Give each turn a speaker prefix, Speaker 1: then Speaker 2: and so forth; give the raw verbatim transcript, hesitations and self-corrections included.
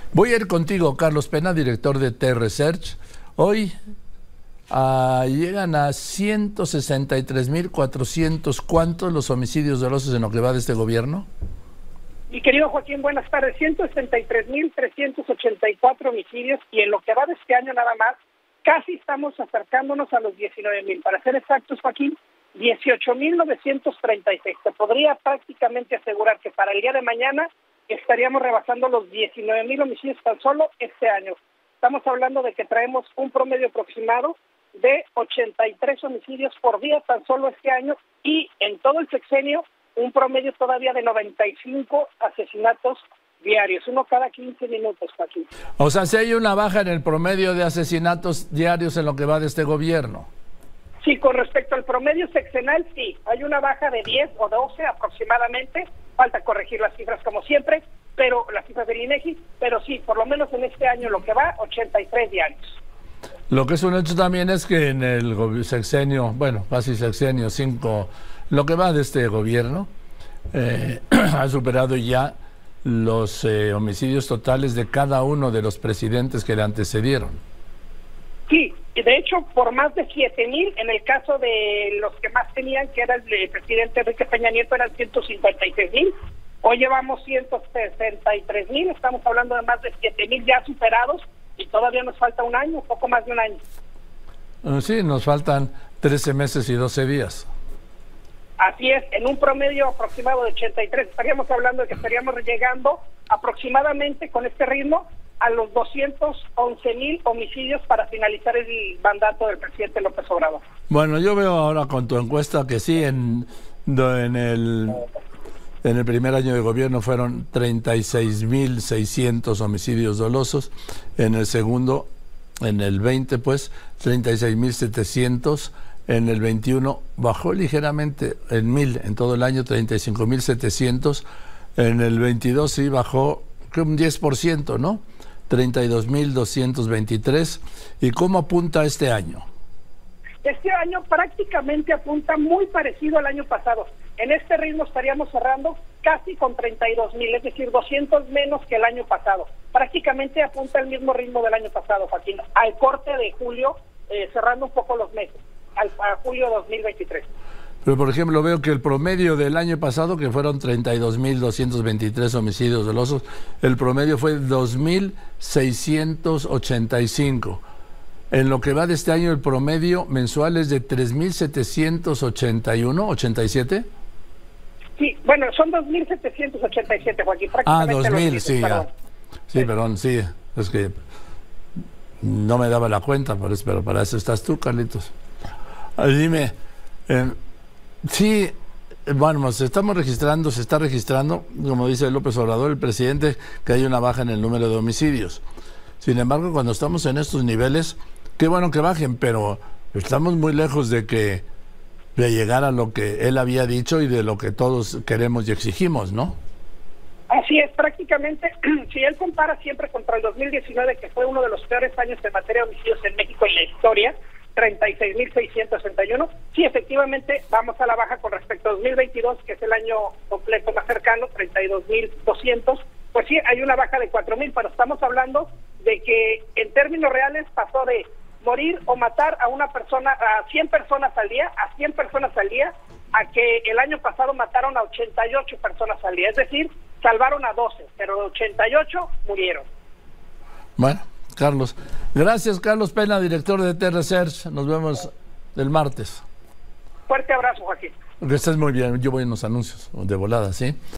Speaker 1: Voy a ir contigo, Carlos Pena, director de T-Research. Hoy uh, llegan a ciento sesenta y tres mil cuatrocientos. ¿Cuántos los homicidios dolosos en lo que va de este gobierno?
Speaker 2: Mi querido Joaquín, buenas tardes. ciento sesenta y tres mil trescientos ochenta y cuatro homicidios y en lo que va de este año nada más, casi estamos acercándonos a los diecinueve mil. Para ser exactos, Joaquín, dieciocho mil novecientos treinta y seis. Se podría prácticamente asegurar que para el día de mañana estaríamos rebasando los diecinueve mil homicidios tan solo este año. Estamos hablando de que traemos un promedio aproximado de ochenta y tres homicidios por día tan solo este año y en todo el sexenio un promedio todavía de noventa y cinco asesinatos diarios, uno cada quince minutos, Joaquín.
Speaker 1: O sea, si hay una baja en el promedio de asesinatos diarios en lo que va de este gobierno.
Speaker 2: Sí, con respecto al promedio sexenal, sí, hay una baja de diez o doce aproximadamente, falta corregir las cifras como siempre, pero las cifras del INEGI, pero sí, por lo menos en este año lo que va, ochenta y tres diarios.
Speaker 1: Lo que es un hecho también es que en el sexenio, bueno, casi sexenio, cinco, lo que va de este gobierno, eh, ha superado ya los eh, homicidios totales de cada uno de los presidentes que le antecedieron.
Speaker 2: Sí, de hecho, por más de siete mil, en el caso de los que más tenían, que era el presidente Enrique Peña Nieto, eran ciento cincuenta y seis mil. Hoy llevamos ciento sesenta y tres mil, estamos hablando de más de siete mil ya superados y todavía nos falta un año, un poco más de un año.
Speaker 1: Sí, nos faltan trece meses y doce días.
Speaker 2: Así es, en un promedio aproximado de ochenta y tres, estaríamos hablando de que estaríamos llegando aproximadamente con este ritmo a los doscientos once mil homicidios para finalizar el mandato del presidente López Obrador.
Speaker 1: Bueno, yo veo ahora con tu encuesta que sí, en, en, el, en el primer año de gobierno fueron treinta y seis mil seiscientos homicidios dolosos, en el segundo, en el veinte pues, treinta y seis mil setecientos, en el veintiuno bajó ligeramente en mil, en todo el año treinta y cinco mil setecientos, en el veintidós sí bajó creo un diez por ciento, ¿no? treinta y dos mil doscientos veintitrés. ¿Y cómo apunta este año?
Speaker 2: Este año prácticamente apunta muy parecido al año pasado. En este ritmo estaríamos cerrando casi con treinta y dos mil, es decir, doscientos menos que el año pasado. Prácticamente apunta al mismo ritmo del año pasado, Joaquín, al corte de julio, eh, cerrando un poco los meses, al, a julio dos mil veintitrés.
Speaker 1: Pero, por ejemplo, veo que el promedio del año pasado, que fueron treinta y dos mil doscientos veintitrés homicidios dolosos, el promedio fue dos mil seiscientos ochenta y cinco. En lo que va de este año, el promedio mensual es de tres mil setecientos ochenta y uno, ochenta y siete.
Speaker 2: Sí, bueno, son dos mil setecientos ochenta y siete, Joaquín.
Speaker 1: Ah, dos mil, sí, ya. Sí,
Speaker 2: sí,
Speaker 1: perdón, sí, es que no me daba la cuenta, pero para eso estás tú, Carlitos. Dime, eh, sí, bueno, se estamos registrando, se está registrando, como dice López Obrador, el presidente, que hay una baja en el número de homicidios. Sin embargo, cuando estamos en estos niveles, qué bueno que bajen, pero estamos muy lejos de que de llegar a lo que él había dicho y de lo que todos queremos y exigimos, ¿no?
Speaker 2: Así es, prácticamente, si él compara siempre contra el dos mil diecinueve, que fue uno de los peores años en materia de homicidios en México en la historia, treinta y seis mil seiscientos sesenta y uno, sí, efectivamente, vamos a la baja con respecto a dos mil veintidós, que es el año completo más cercano, treinta y dos mil doscientos, pues sí, hay una baja de cuatro mil, pero estamos hablando de que en términos reales pasó de morir o matar a una persona, a cien personas al día, a cien personas al día, a que el año pasado mataron a ochenta y ocho personas al día, es decir, salvaron a doce, pero de ochenta y ocho murieron.
Speaker 1: Bueno, Carlos. Gracias, Carlos Pena, director de T-Research. Nos vemos el martes.
Speaker 2: Fuerte abrazo, Joaquín.
Speaker 1: Que estés muy bien. Yo voy en los anuncios de volada, ¿sí?